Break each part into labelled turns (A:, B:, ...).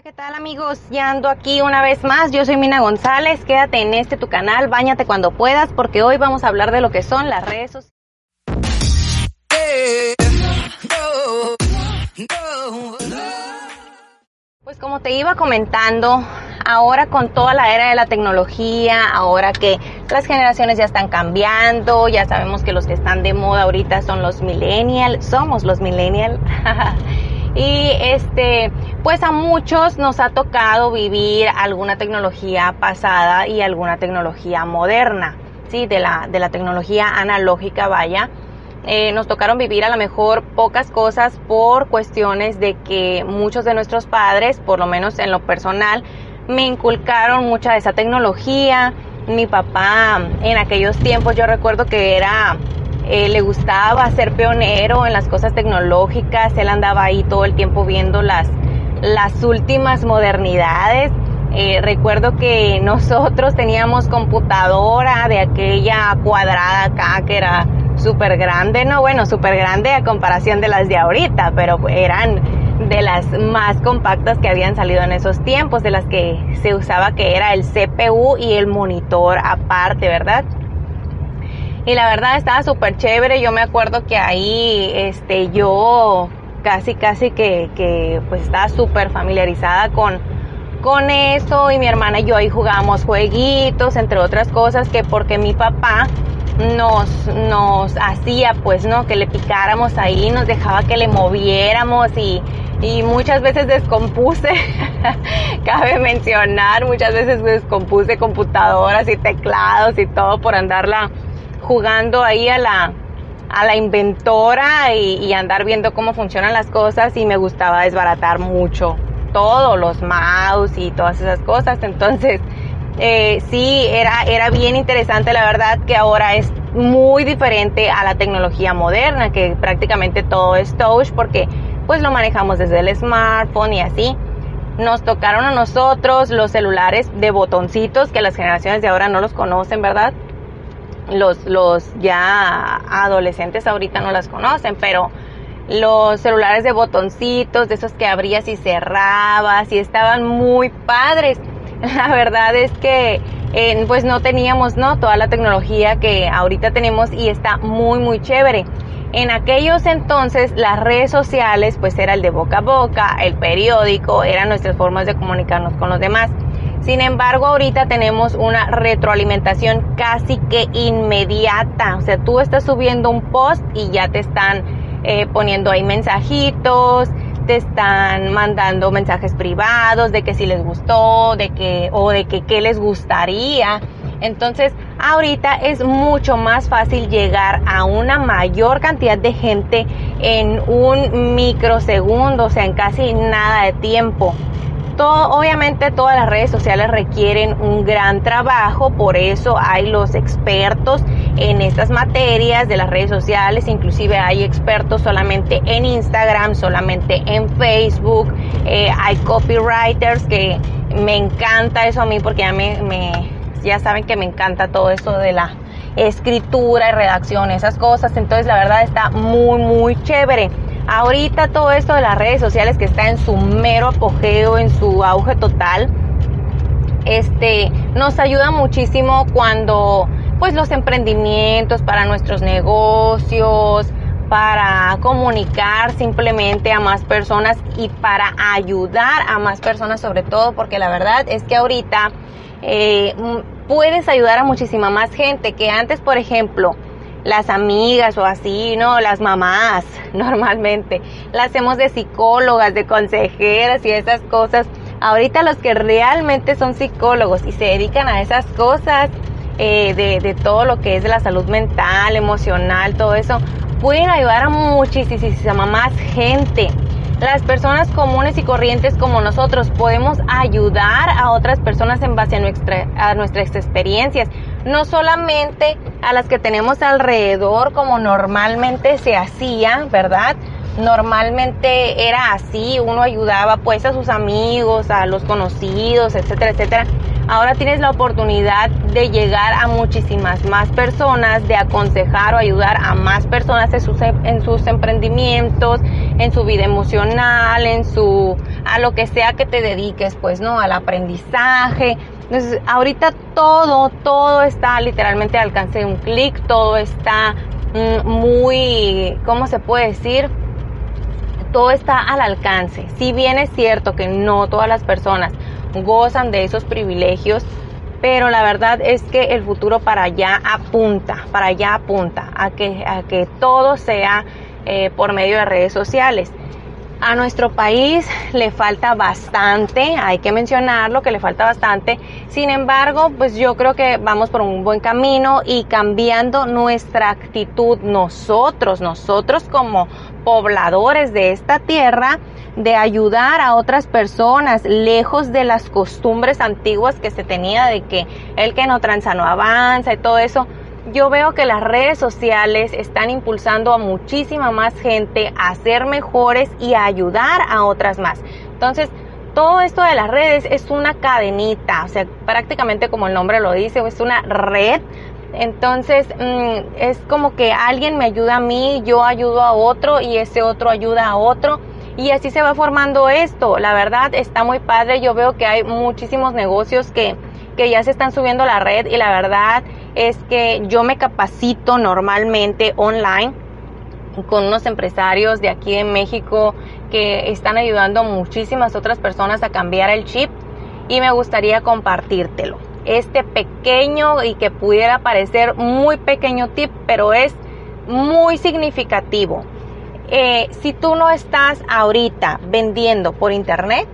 A: Hola, ¿qué tal amigos? Ya ando aquí una vez más, yo soy Mina González, quédate en tu canal, báñate cuando puedas, porque hoy vamos a hablar de lo que son las redes sociales. Pues como te iba comentando, ahora con toda la era de la tecnología, ahora que las generaciones ya están cambiando, ya sabemos que los que están de moda ahorita son los millennials, somos los millennials. Y pues a muchos nos ha tocado vivir alguna tecnología pasada y alguna tecnología moderna, ¿sí? De la tecnología analógica, vaya. Nos tocaron vivir a lo mejor pocas cosas por cuestiones de que muchos de nuestros padres, por lo menos en lo personal, me inculcaron mucha de esa tecnología. Mi papá en aquellos tiempos, yo recuerdo que le gustaba ser pionero en las cosas tecnológicas. Él andaba ahí todo el tiempo viendo las últimas modernidades. Recuerdo que nosotros teníamos computadora de aquella cuadrada acá que era súper grande, no, bueno, súper grande a comparación de las de ahorita, pero eran de las más compactas que habían salido en esos tiempos, de las que se usaba, que era el CPU y el monitor aparte, ¿verdad? Y la verdad estaba súper chévere. Yo me acuerdo que ahí yo casi que pues estaba súper familiarizada con eso, y mi hermana y yo ahí jugábamos jueguitos, entre otras cosas, que porque mi papá nos hacía, pues, ¿no? Que le picáramos ahí, nos dejaba que le moviéramos y muchas veces descompuse, cabe mencionar, muchas veces descompuse computadoras y teclados y todo por andarla jugando ahí a la inventora y andar viendo cómo funcionan las cosas, y me gustaba desbaratar mucho todos los mouse y todas esas cosas. Entonces sí, era bien interesante. La verdad que ahora es muy diferente a la tecnología moderna, que prácticamente todo es touch, porque pues lo manejamos desde el smartphone y así. Nos tocaron a nosotros los celulares de botoncitos, que las generaciones de ahora no los conocen, ¿verdad? Los ya adolescentes ahorita no las conocen, pero los celulares de botoncitos, de esos que abrías y cerrabas, y estaban muy padres. La verdad es que pues no teníamos, ¿no?, toda la tecnología que ahorita tenemos, y está muy muy chévere. En aquellos entonces las redes sociales pues era el de boca a boca, el periódico, eran nuestras formas de comunicarnos con los demás. Sin embargo, ahorita tenemos una retroalimentación casi que inmediata. O sea, tú estás subiendo un post y ya te están poniendo ahí mensajitos, te están mandando mensajes privados de que si les gustó, o de que qué les gustaría. Entonces, ahorita es mucho más fácil llegar a una mayor cantidad de gente en un microsegundo, o sea, en casi nada de tiempo. Obviamente todas las redes sociales requieren un gran trabajo, por eso hay los expertos en estas materias de las redes sociales. Inclusive hay expertos solamente en Instagram, solamente en Facebook. Hay copywriters, que me encanta eso a mí, porque ya saben que me encanta todo eso de la escritura y redacción, esas cosas. Entonces la verdad está muy muy chévere. Ahorita todo esto de las redes sociales, que está en su mero apogeo, en su auge total, nos ayuda muchísimo cuando pues los emprendimientos, para nuestros negocios, para comunicar simplemente a más personas y para ayudar a más personas, sobre todo porque la verdad es que ahorita puedes ayudar a muchísima más gente que antes. Por ejemplo, las amigas o así, ¿no? Las mamás, normalmente las hacemos de psicólogas, de consejeras y esas cosas. Ahorita los que realmente son psicólogos y se dedican a esas cosas, de todo lo que es de la salud mental, emocional, todo eso, pueden ayudar a muchísima más gente. Las personas comunes y corrientes como nosotros podemos ayudar a otras personas en base a nuestras experiencias, no solamente a las que tenemos alrededor, como normalmente se hacía, ¿verdad? Normalmente era así, uno ayudaba pues a sus amigos, a los conocidos, etcétera, etcétera. Ahora tienes la oportunidad de llegar a muchísimas más personas, de aconsejar o ayudar a más personas en sus emprendimientos, en su vida emocional, en su a lo que sea que te dediques, pues, ¿no? Al aprendizaje. Entonces, ahorita todo está literalmente al alcance de un clic, todo está muy, ¿cómo se puede decir? Todo está al alcance. Si bien es cierto que no todas las personas gozan de esos privilegios, pero la verdad es que el futuro para allá apunta a que todo sea por medio de redes sociales. A nuestro país le falta bastante, hay que mencionarlo que le falta bastante. Sin embargo, pues yo creo que vamos por un buen camino y cambiando nuestra actitud nosotros como pobladores de esta tierra, de ayudar a otras personas lejos de las costumbres antiguas que se tenía de que el que no tranza no avanza y todo eso. Yo veo que las redes sociales están impulsando a muchísima más gente a ser mejores y a ayudar a otras más. Entonces, todo esto de las redes es una cadenita, o sea, prácticamente como el nombre lo dice, es una red. Entonces, es como que alguien me ayuda a mí, yo ayudo a otro y ese otro ayuda a otro. Y así se va formando esto. La verdad está muy padre. Yo veo que hay muchísimos negocios que ya se están subiendo a la red y la verdad es que yo me capacito normalmente online con unos empresarios de aquí de México que están ayudando a muchísimas otras personas a cambiar el chip y me gustaría compartírtelo. Este pequeño y que pudiera parecer muy pequeño tip, pero es muy significativo. Si tú no estás ahorita vendiendo por internet,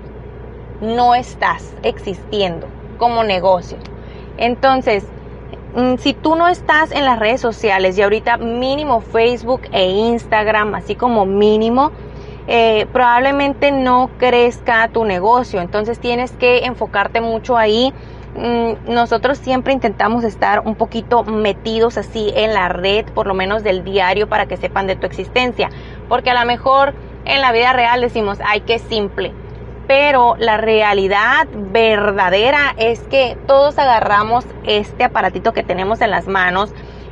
A: no estás existiendo como negocio. Entonces, si tú no estás en las redes sociales y ahorita mínimo Facebook e Instagram, así como mínimo, probablemente no crezca tu negocio. Entonces tienes que enfocarte mucho ahí. Nosotros siempre intentamos estar un poquito metidos así en la red, por lo menos del diario, para que sepan de tu existencia, porque a lo mejor en la vida real decimos, ay, qué simple, pero la realidad verdadera es que todos agarramos este aparatito que tenemos en las manos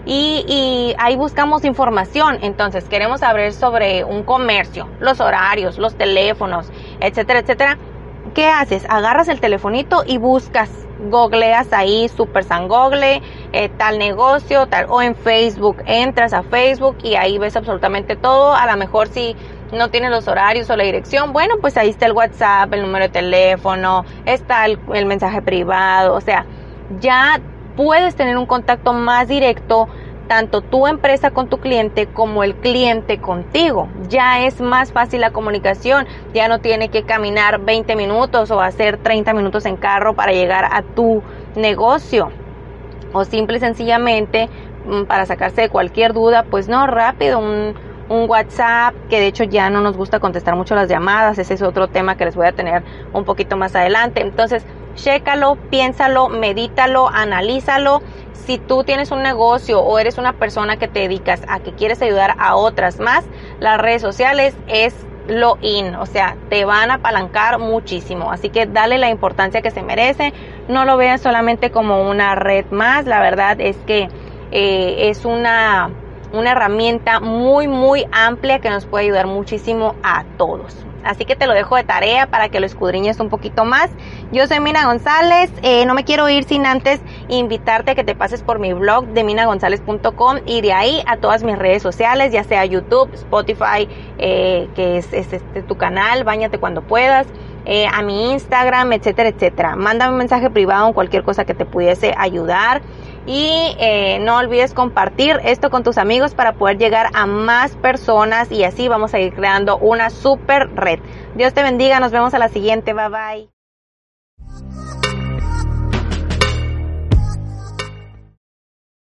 A: y ahí buscamos información. Entonces queremos saber sobre un comercio, los horarios, los teléfonos, etcétera, etcétera. ¿Qué haces? Agarras el telefonito y buscas, googleas ahí, Super San Google, tal negocio, tal, o en Facebook, entras a Facebook y ahí ves absolutamente todo. A lo mejor si no tienes los horarios o la dirección, bueno, pues ahí está el WhatsApp, el número de teléfono, está el mensaje privado, o sea, ya puedes tener un contacto más directo, tanto tu empresa con tu cliente como el cliente contigo. Ya es más fácil la comunicación, ya no tiene que caminar 20 minutos o hacer 30 minutos en carro para llegar a tu negocio, o simple y sencillamente para sacarse de cualquier duda, pues no, rápido, un WhatsApp, que de hecho ya no nos gusta contestar mucho las llamadas. Ese es otro tema que les voy a tener un poquito más adelante. Entonces, chécalo, piénsalo, medítalo, analízalo. Si tú tienes un negocio o eres una persona que te dedicas a que quieres ayudar a otras más, las redes sociales es lo in, o sea, te van a apalancar muchísimo. Así que dale la importancia que se merece. No lo veas solamente como una red más. La verdad es que es una herramienta muy, muy amplia que nos puede ayudar muchísimo a todos. Así que te lo dejo de tarea para que lo escudriñes un poquito más. Yo soy Mina González. No me quiero ir sin antes invitarte a que te pases por mi blog de minagonzalez.com y de ahí a todas mis redes sociales, ya sea YouTube, Spotify, que es tu canal, báñate cuando puedas, a mi Instagram, etcétera, etcétera. Mándame un mensaje privado en cualquier cosa que te pudiese ayudar. Y no olvides compartir esto con tus amigos para poder llegar a más personas y así vamos a ir creando una super red. Dios te bendiga, nos vemos a la siguiente, bye bye.